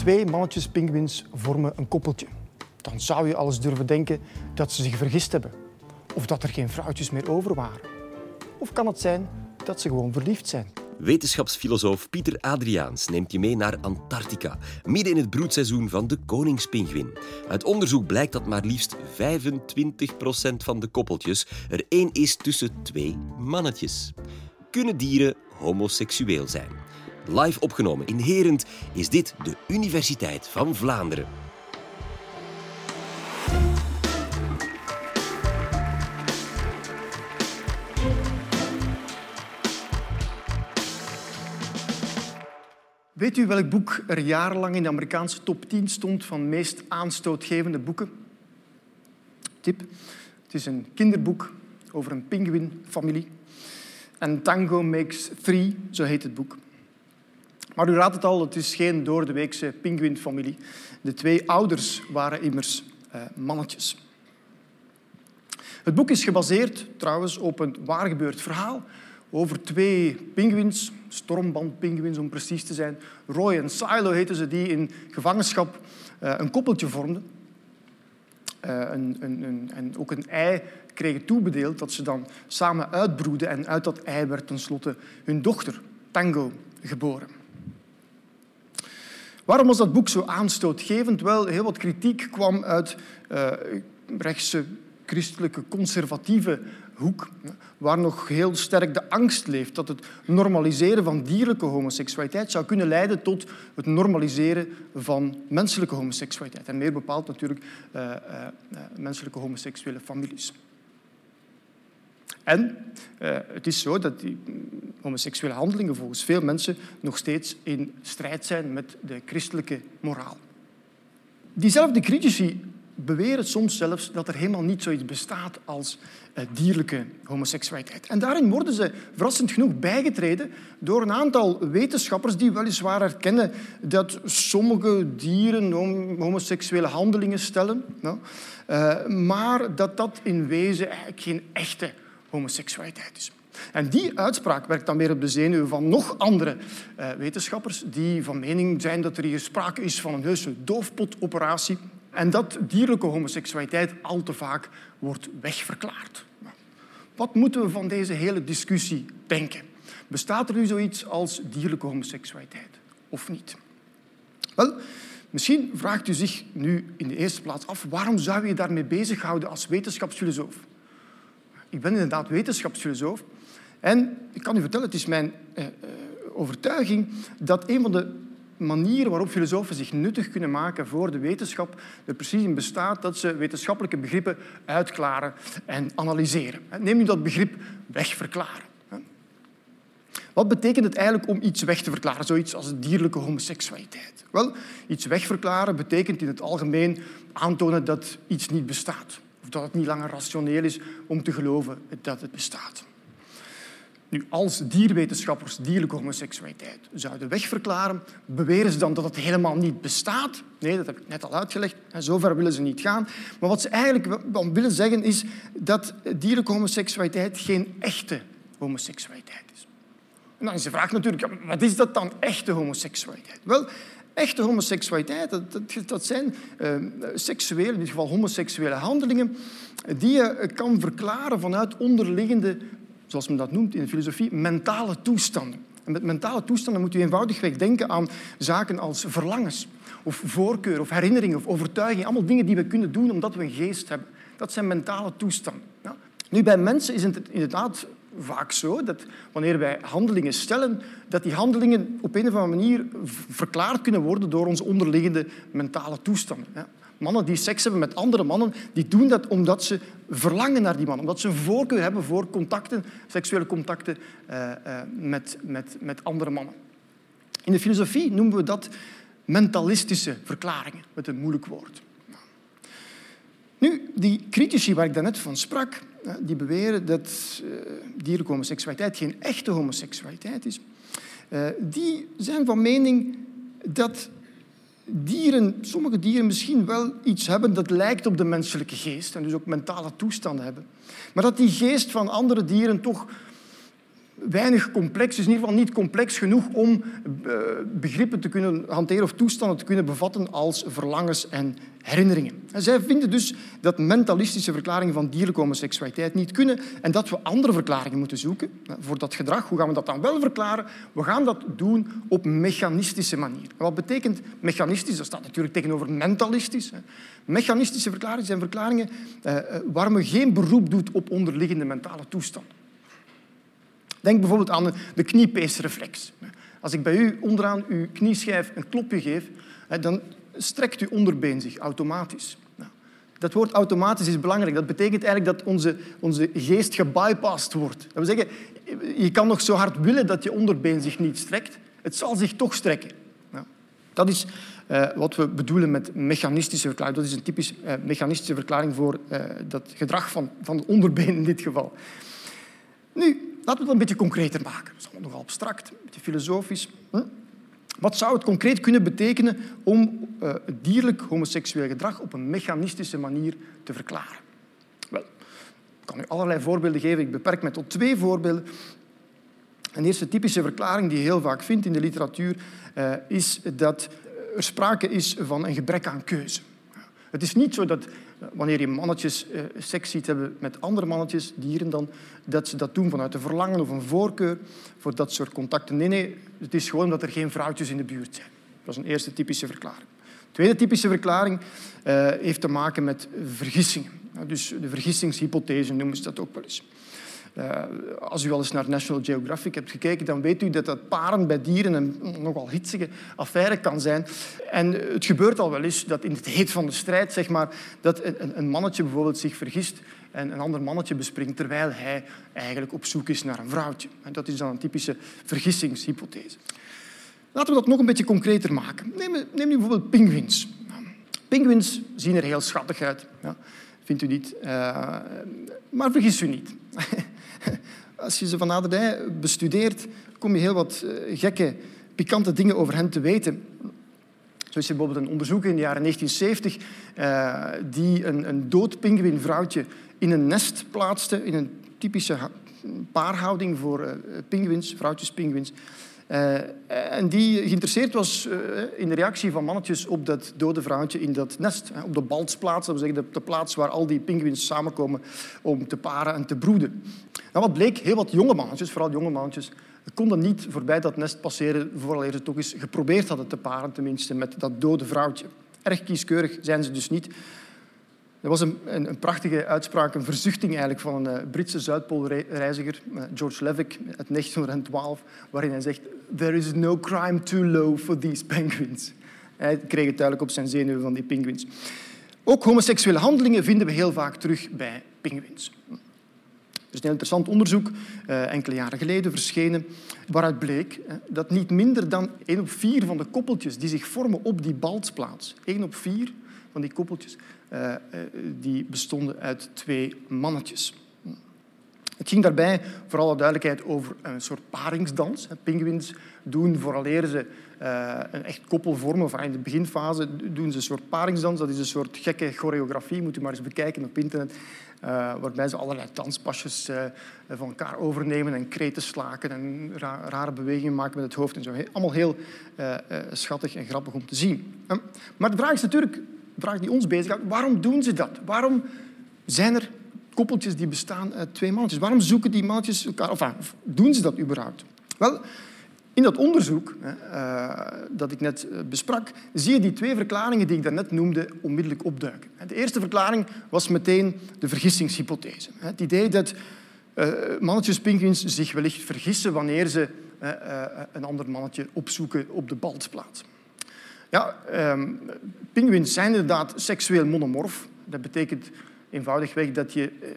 Twee mannetjes pinguïns vormen een koppeltje. Dan zou je alles durven denken dat ze zich vergist hebben. Of dat er geen vrouwtjes meer over waren. Of kan het zijn dat ze gewoon verliefd zijn? Wetenschapsfilosoof Pieter Adriaens neemt je mee naar Antarctica, midden in het broedseizoen van de koningspinguïn. Uit onderzoek blijkt dat maar liefst 25% van de koppeltjes er één is tussen twee mannetjes. Kunnen dieren homoseksueel zijn? Live opgenomen in Herent is dit de Universiteit van Vlaanderen. Weet u welk boek er jarenlang in de Amerikaanse top 10 stond van meest aanstootgevende boeken? Tip. Het is een kinderboek over een pinguïnfamilie. En Tango Makes Three, zo heet het boek. Maar u raadt het al, het is geen doordeweekse pinguïnfamilie. De twee ouders waren immers mannetjes. Het boek is gebaseerd trouwens op een waargebeurd verhaal over twee pinguïns, stormbandpinguïns om precies te zijn. Roy en Silo heten ze, die in gevangenschap een koppeltje vormden. En ook een ei kregen toebedeeld dat ze dan samen uitbroeden. En uit dat ei werd tenslotte hun dochter, Tango, geboren. Waarom was dat boek zo aanstootgevend? Wel, heel wat kritiek kwam uit rechtse, christelijke, conservatieve hoek, waar nog heel sterk de angst leeft dat het normaliseren van dierlijke homoseksualiteit zou kunnen leiden tot het normaliseren van menselijke homoseksualiteit. En meer bepaald natuurlijk menselijke homoseksuele families. En het is zo dat die homoseksuele handelingen volgens veel mensen nog steeds in strijd zijn met de christelijke moraal. Diezelfde critici beweren soms zelfs dat er helemaal niet zoiets bestaat als dierlijke homoseksualiteit. En daarin worden ze verrassend genoeg bijgetreden door een aantal wetenschappers die weliswaar erkennen dat sommige dieren homoseksuele handelingen stellen, maar dat dat in wezen eigenlijk geen echte homoseksualiteit is. En die uitspraak werkt dan weer op de zenuwen van nog andere wetenschappers die van mening zijn dat er hier sprake is van een heuse doofpotoperatie en dat dierlijke homoseksualiteit al te vaak wordt wegverklaard. Wat moeten we van deze hele discussie denken? Bestaat er nu zoiets als dierlijke homoseksualiteit of niet? Wel, misschien vraagt u zich nu in de eerste plaats af waarom zou je daarmee bezighouden als wetenschapsfilosoof? Ik ben inderdaad wetenschapsfilosoof en ik kan u vertellen, het is mijn overtuiging dat een van de manieren waarop filosofen zich nuttig kunnen maken voor de wetenschap er precies in bestaat dat ze wetenschappelijke begrippen uitklaren en analyseren. Neem nu dat begrip wegverklaren. Wat betekent het eigenlijk om iets weg te verklaren, zoiets als dierlijke homoseksualiteit? Wel, iets wegverklaren betekent in het algemeen aantonen dat iets niet bestaat. Of dat het niet langer rationeel is om te geloven dat het bestaat. Nu, als dierwetenschappers dierlijke homoseksualiteit zouden wegverklaren, beweren ze dan dat het helemaal niet bestaat? Nee, dat heb ik net al uitgelegd. Zover willen ze niet gaan. Maar wat ze eigenlijk willen zeggen is dat dierlijke homoseksualiteit geen echte homoseksualiteit is. En dan is de vraag natuurlijk, wat is dat dan, echte homoseksualiteit? Wel, echte homoseksualiteit, dat zijn seksuele, in dit geval homoseksuele handelingen, die je kan verklaren vanuit onderliggende, zoals men dat noemt in de filosofie, mentale toestanden. En met mentale toestanden moet u eenvoudigweg denken aan zaken als verlangens, of voorkeur, of herinneringen, of overtuiging. Allemaal dingen die we kunnen doen omdat we een geest hebben. Dat zijn mentale toestanden. Ja. Nu, bij mensen is het inderdaad vaak zo dat wanneer wij handelingen stellen, dat die handelingen op een of andere manier verklaard kunnen worden door onze onderliggende mentale toestanden. Ja. Mannen die seks hebben met andere mannen, die doen dat omdat ze verlangen naar die man, omdat ze een voorkeur hebben voor contacten, seksuele contacten met andere mannen. In de filosofie noemen we dat mentalistische verklaringen, met een moeilijk woord. Nu, die critici waar ik daarnet van sprak, die beweren dat dierlijke homoseksualiteit geen echte homoseksualiteit is, die zijn van mening dat sommige dieren misschien wel iets hebben dat lijkt op de menselijke geest en dus ook mentale toestanden hebben. Maar dat die geest van andere dieren toch weinig complex, is in ieder geval niet complex genoeg om begrippen te kunnen hanteren of toestanden te kunnen bevatten als verlangens en herinneringen. En zij vinden dus dat mentalistische verklaringen van dierlijke homoseksualiteit niet kunnen en dat we andere verklaringen moeten zoeken voor dat gedrag. Hoe gaan we dat dan wel verklaren? We gaan dat doen op mechanistische manier. En wat betekent mechanistisch? Dat staat natuurlijk tegenover mentalistisch. Mechanistische verklaringen zijn verklaringen waar men geen beroep doet op onderliggende mentale toestanden. Denk bijvoorbeeld aan de kniepeesreflex. Als ik bij u onderaan uw knieschijf een klopje geef, dan strekt uw onderbeen zich automatisch. Dat woord automatisch is belangrijk. Dat betekent eigenlijk dat onze geest gebypast wordt. Dat wil zeggen, je kan nog zo hard willen dat je onderbeen zich niet strekt. Het zal zich toch strekken. Dat is wat we bedoelen met mechanistische verklaring. Dat is een typisch mechanistische verklaring voor dat gedrag van het onderbeen in dit geval. Nu, laten we het een beetje concreter maken. Dat is allemaal nogal abstract, een beetje filosofisch. Wat zou het concreet kunnen betekenen om dierlijk homoseksueel gedrag op een mechanistische manier te verklaren? Wel, ik kan u allerlei voorbeelden geven. Ik beperk me tot 2 voorbeelden. Een eerste typische verklaring die je heel vaak vindt in de literatuur is dat er sprake is van een gebrek aan keuze. Het is niet zo dat wanneer je mannetjes seks ziet hebben met andere mannetjes, dieren dan, dat ze dat doen vanuit een verlangen of een voorkeur voor dat soort contacten. Nee, het is gewoon dat er geen vrouwtjes in de buurt zijn. Dat is een eerste typische verklaring. De tweede typische verklaring heeft te maken met vergissingen. Dus de vergissingshypothese noemen ze dat ook wel eens. Als u al eens naar National Geographic hebt gekeken, dan weet u dat paren bij dieren een nogal hitsige affaire kan zijn. En het gebeurt al wel eens dat in het heet van de strijd, zeg maar, dat een mannetje bijvoorbeeld zich vergist en een ander mannetje bespringt terwijl hij eigenlijk op zoek is naar een vrouwtje. En dat is dan een typische vergissingshypothese. Laten we dat nog een beetje concreter maken. Neem nu bijvoorbeeld pinguïns. Pinguïns zien er heel schattig uit. Ja, vindt u niet? Maar vergis u niet. Als je ze van naderbij bestudeert, kom je heel wat gekke, pikante dingen over hen te weten. Zo is er bijvoorbeeld een onderzoek in de jaren 1970 die een dood pinguïnvrouwtje in een nest plaatste, in een typische paarhouding voor pinguïns, vrouwtjespinguïns. En die geïnteresseerd was in de reactie van mannetjes op dat dode vrouwtje in dat nest. Op de baltsplaats, dat wil zeggen de plaats waar al die pinguïns samenkomen om te paren en te broeden. En wat bleek? Heel wat jonge mannetjes, vooral jonge mannetjes, konden niet voorbij dat nest passeren vooraleer ze toch eens geprobeerd hadden te paren, tenminste met dat dode vrouwtje. Erg kieskeurig zijn ze dus niet. Er was een prachtige uitspraak, een verzuchting eigenlijk van een Britse Zuidpoolreiziger, George Levick, uit 1912, waarin hij zegt: "There is no crime too low for these penguins." Hij kreeg het duidelijk op zijn zenuwen van die pinguïns. Ook homoseksuele handelingen vinden we heel vaak terug bij pinguïns. Er is een heel interessant onderzoek, enkele jaren geleden verschenen, waaruit bleek dat niet minder dan 1 op 4 van de koppeltjes die zich vormen op die baltsplaats, 1 op 4 van die koppeltjes, die bestonden uit 2 mannetjes. Het ging daarbij, voor alle duidelijkheid, over een soort paringsdans. Pinguïns doen, vooraleer ze een echt koppel vormen, of in de beginfase, doen ze een soort paringsdans. Dat is een soort gekke choreografie, moet u maar eens bekijken op internet, waarbij ze allerlei danspasjes van elkaar overnemen en kreten slaken en rare bewegingen maken met het hoofd en zo. Allemaal heel schattig en grappig om te zien. Maar de vraag is natuurlijk, de vraag die ons bezighoudt, waarom doen ze dat? Waarom zijn er koppeltjes die bestaan uit 2 mannetjes? Waarom zoeken die mannetjes elkaar? Of doen ze dat überhaupt? Wel, in dat onderzoek dat ik net besprak, zie je die 2 verklaringen die ik daarnet noemde onmiddellijk opduiken. De eerste verklaring was meteen de vergissingshypothese. Het idee dat mannetjespinguïns zich wellicht vergissen wanneer ze een ander mannetje opzoeken op de baltsplaats. Ja, pinguïns zijn inderdaad seksueel monomorf. Dat betekent eenvoudigweg dat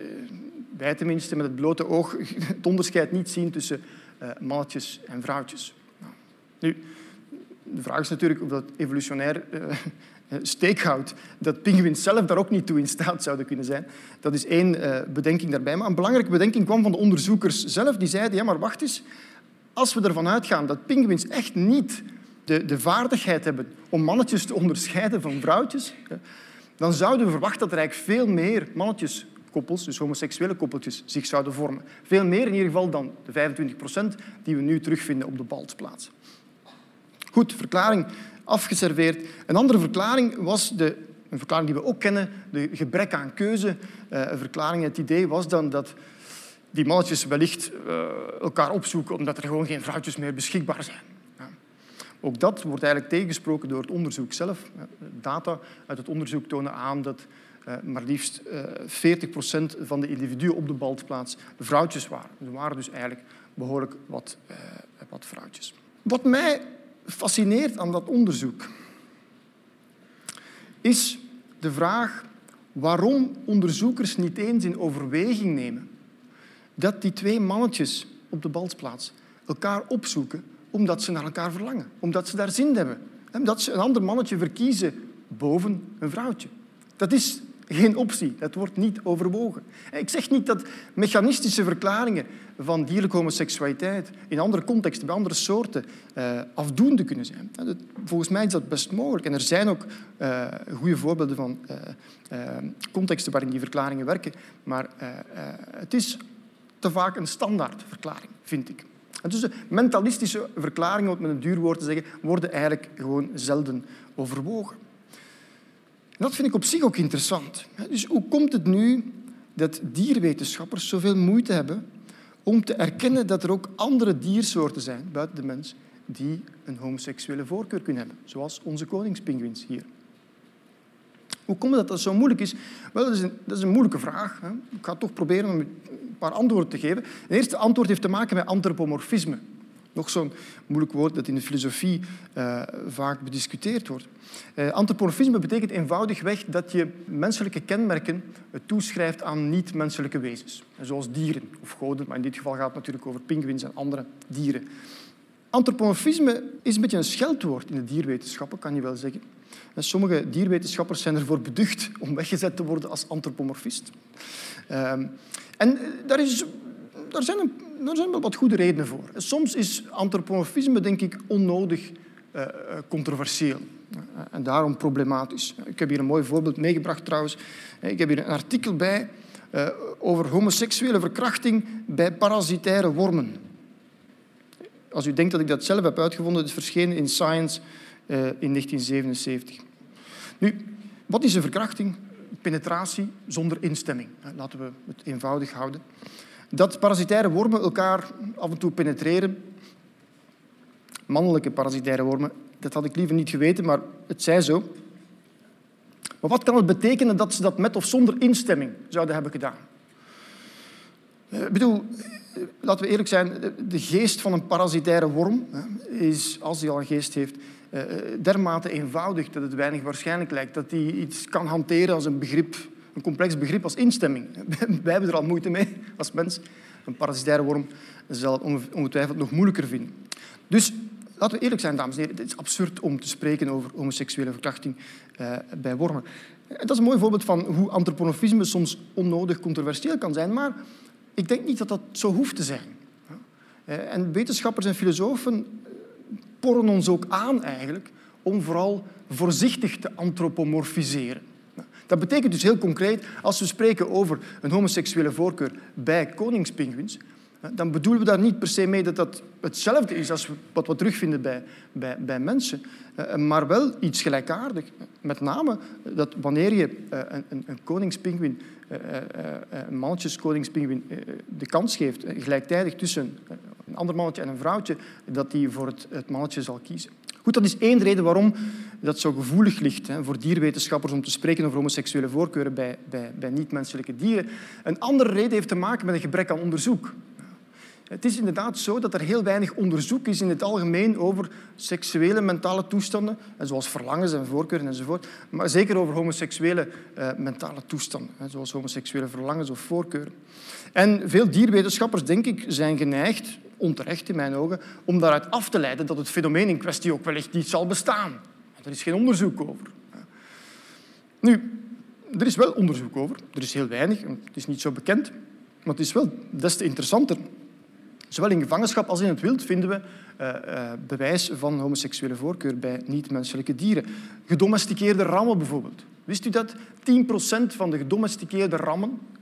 wij tenminste met het blote oog het onderscheid niet zien tussen mannetjes en vrouwtjes. Nu, de vraag is natuurlijk of dat evolutionair steek houdt, dat pinguïns zelf daar ook niet toe in staat zouden kunnen zijn. Dat is 1 bedenking daarbij. Maar een belangrijke bedenking kwam van de onderzoekers zelf. Die zeiden, ja, maar wacht eens. Als we ervan uitgaan dat pinguïns echt niet de vaardigheid hebben om mannetjes te onderscheiden van vrouwtjes, dan zouden we verwachten dat er eigenlijk veel meer mannetjes koppels, dus homoseksuele koppeltjes, zich zouden vormen. Veel meer in ieder geval dan de 25% die we nu terugvinden op de balsplaats. Goed, verklaring afgeserveerd. Een andere verklaring was een verklaring die we ook kennen, de gebrek aan keuze. Een verklaring, het idee was dan dat die mannetjes wellicht elkaar opzoeken omdat er gewoon geen vrouwtjes meer beschikbaar zijn. Ja. Ook dat wordt eigenlijk tegengesproken door het onderzoek zelf. Data uit het onderzoek tonen aan dat maar liefst 40% van de individuen op de balsplaats vrouwtjes waren. Er waren dus eigenlijk behoorlijk wat vrouwtjes. Wat mij fascineert aan dat onderzoek is de vraag waarom onderzoekers niet eens in overweging nemen dat die twee mannetjes op de balsplaats elkaar opzoeken omdat ze naar elkaar verlangen, omdat ze daar zin in hebben. Dat ze een ander mannetje verkiezen boven een vrouwtje. Dat is geen optie, dat wordt niet overwogen. Ik zeg niet dat mechanistische verklaringen van dierlijke homoseksualiteit in andere contexten, bij andere soorten, afdoende kunnen zijn. Volgens mij is dat best mogelijk. En er zijn ook goede voorbeelden van contexten waarin die verklaringen werken. Maar het is te vaak een standaardverklaring, vind ik. En dus de mentalistische verklaringen, om het met een duur woord te zeggen, worden eigenlijk gewoon zelden overwogen. En dat vind ik op zich ook interessant. Dus hoe komt het nu dat dierwetenschappers zoveel moeite hebben om te erkennen dat er ook andere diersoorten zijn, buiten de mens, die een homoseksuele voorkeur kunnen hebben, zoals onze koningspinguïns hier? Hoe komt het dat dat zo moeilijk is? Wel, dat is een moeilijke vraag. Ik ga toch proberen om een paar antwoorden te geven. Het eerste antwoord heeft te maken met antropomorfisme. Nog zo'n moeilijk woord dat in de filosofie vaak bediscuteerd wordt. Antropomorfisme betekent eenvoudigweg dat je menselijke kenmerken toeschrijft aan niet-menselijke wezens. Zoals dieren of goden, maar in dit geval gaat het natuurlijk over pinguïns en andere dieren. Antropomorfisme is een beetje een scheldwoord in de dierwetenschappen, kan je wel zeggen. En sommige dierwetenschappers zijn ervoor beducht om weggezet te worden als antropomorfist. En daar zijn wel wat goede redenen voor. Soms is antropomorfisme, denk ik, onnodig controversieel en daarom problematisch. Ik heb hier een mooi voorbeeld meegebracht trouwens. Ik heb hier een artikel bij over homoseksuele verkrachting bij parasitaire wormen. Als u denkt dat ik dat zelf heb uitgevonden, het is verschenen in Science in 1977. Nu, wat is een verkrachting? Penetratie zonder instemming. Laten we het eenvoudig houden. Dat parasitaire wormen elkaar af en toe penetreren. Mannelijke parasitaire wormen, dat had ik liever niet geweten, maar het zij zo. Maar wat kan het betekenen dat ze dat met of zonder instemming zouden hebben gedaan? Ik bedoel, laten we eerlijk zijn, de geest van een parasitaire worm is, als hij al een geest heeft, dermate eenvoudig dat het weinig waarschijnlijk lijkt dat hij iets kan hanteren als een begrip, een complex begrip als instemming. Wij hebben er al moeite mee als mens. Een parasitaire worm zal het ongetwijfeld nog moeilijker vinden. Dus laten we eerlijk zijn, dames en heren. Het is absurd om te spreken over homoseksuele verkrachting bij wormen. Dat is een mooi voorbeeld van hoe antropomorfisme soms onnodig controversieel kan zijn, maar ik denk niet dat dat zo hoeft te zijn. En wetenschappers en filosofen porren ons ook aan eigenlijk om vooral voorzichtig te antropomorfiseren. Dat betekent dus heel concreet, als we spreken over een homoseksuele voorkeur bij koningspinguïns, dan bedoelen we daar niet per se mee dat dat hetzelfde is als wat we terugvinden bij mensen, maar wel iets gelijkaardigs. Met name dat wanneer je een koningspinguïn, een mannetjeskoningspinguïn, de kans geeft, gelijktijdig tussen een ander mannetje en een vrouwtje, dat die voor het mannetje zal kiezen. Goed, dat is één reden waarom dat zo gevoelig ligt voor dierwetenschappers om te spreken over homoseksuele voorkeuren bij niet-menselijke dieren. Een andere reden heeft te maken met een gebrek aan onderzoek. Het is inderdaad zo dat er heel weinig onderzoek is in het algemeen over seksuele mentale toestanden, zoals verlangens en voorkeuren enzovoort, maar zeker over homoseksuele mentale toestanden, zoals homoseksuele verlangens of voorkeuren. En veel dierwetenschappers, denk ik, zijn geneigd, onterecht in mijn ogen, om daaruit af te leiden dat het fenomeen in kwestie ook wellicht niet zal bestaan. Er is geen onderzoek over. Nu, er is wel onderzoek over. Er is heel weinig, het is niet zo bekend, maar het is wel des te interessanter. Zowel in gevangenschap als in het wild vinden we bewijs van homoseksuele voorkeur bij niet-menselijke dieren. Gedomesticeerde rammen bijvoorbeeld. Wist u dat 10% van de gedomesticeerde rammen,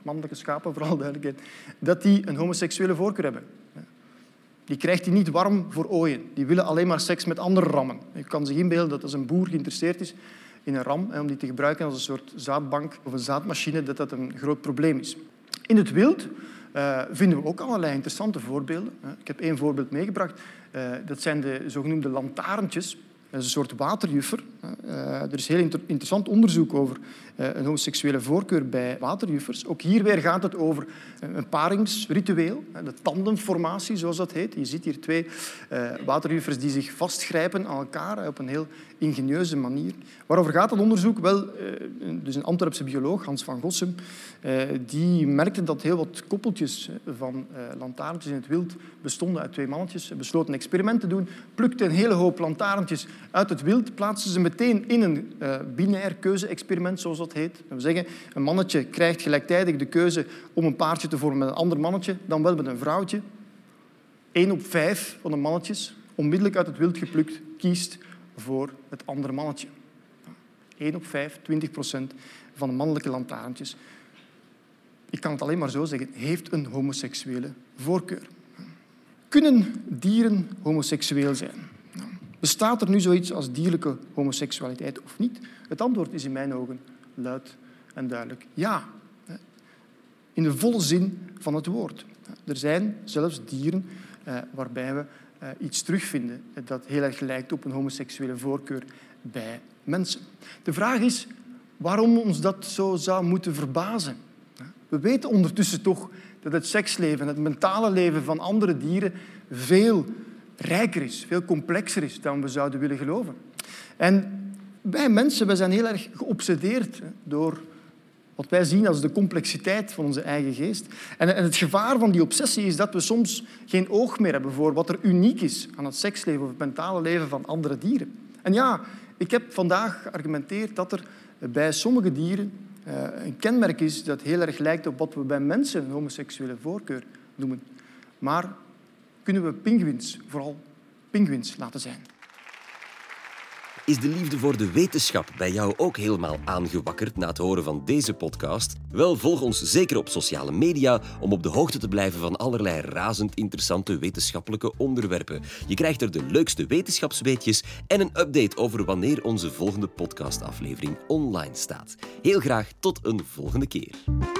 mannelijke schapen vooral duidelijkheid, dat die een homoseksuele voorkeur hebben. Die krijgt hij niet warm voor ooien. Die willen alleen maar seks met andere rammen. Je kan zich inbeelden dat als een boer geïnteresseerd is in een ram, om die te gebruiken als een soort zaadbank of een zaadmachine, dat een groot probleem is. In het wild vinden we ook allerlei interessante voorbeelden. Ik heb 1 voorbeeld meegebracht. Dat zijn de zogenoemde lantaarntjes. Dat is een soort waterjuffer. Er is heel interessant onderzoek over een homoseksuele voorkeur bij waterjuffers. Ook hier weer gaat het over een paringsritueel, de tandemformatie, zoals dat heet. Je ziet hier 2 waterjuffers die zich vastgrijpen aan elkaar op een heel ingenieuze manier. Waarover gaat dat onderzoek? Wel, dus een Antwerpse bioloog, Hans van Gossem, die merkte dat heel wat koppeltjes van lantaarntjes in het wild bestonden uit 2 mannetjes. Hij besloot een experiment te doen, plukte een hele hoop lantaarntjes uit het wild, plaatste ze meteen in een binair keuze-experiment, zoals dat heet. Dat wil zeggen, een mannetje krijgt gelijktijdig de keuze om een paartje te vormen met een ander mannetje, dan wel met een vrouwtje. 1 op 5 van de mannetjes, onmiddellijk uit het wild geplukt, kiest voor het andere mannetje. 1 op 5, 20% van de mannelijke lantaarntjes, ik kan het alleen maar zo zeggen, heeft een homoseksuele voorkeur. Kunnen dieren homoseksueel zijn? Bestaat er nu zoiets als dierlijke homoseksualiteit of niet? Het antwoord is in mijn ogen luid en duidelijk ja. In de volle zin van het woord. Er zijn zelfs dieren waarbij we iets terugvinden dat heel erg lijkt op een homoseksuele voorkeur bij mensen. De vraag is waarom ons dat zo zou moeten verbazen. We weten ondertussen toch dat het seksleven, het mentale leven van andere dieren veel rijker is, veel complexer is dan we zouden willen geloven. En wij mensen, wij zijn heel erg geobsedeerd door wat wij zien als de complexiteit van onze eigen geest. En het gevaar van die obsessie is dat we soms geen oog meer hebben voor wat er uniek is aan het seksleven of het mentale leven van andere dieren. En ja, ik heb vandaag geargumenteerd dat er bij sommige dieren een kenmerk is dat heel erg lijkt op wat we bij mensen een homoseksuele voorkeur noemen. Maar kunnen we pinguïns, vooral pinguïns, laten zijn. Is de liefde voor de wetenschap bij jou ook helemaal aangewakkerd na het horen van deze podcast? Wel, volg ons zeker op sociale media om op de hoogte te blijven van allerlei razend interessante wetenschappelijke onderwerpen. Je krijgt er de leukste wetenschapsweetjes en een update over wanneer onze volgende podcastaflevering online staat. Heel graag tot een volgende keer.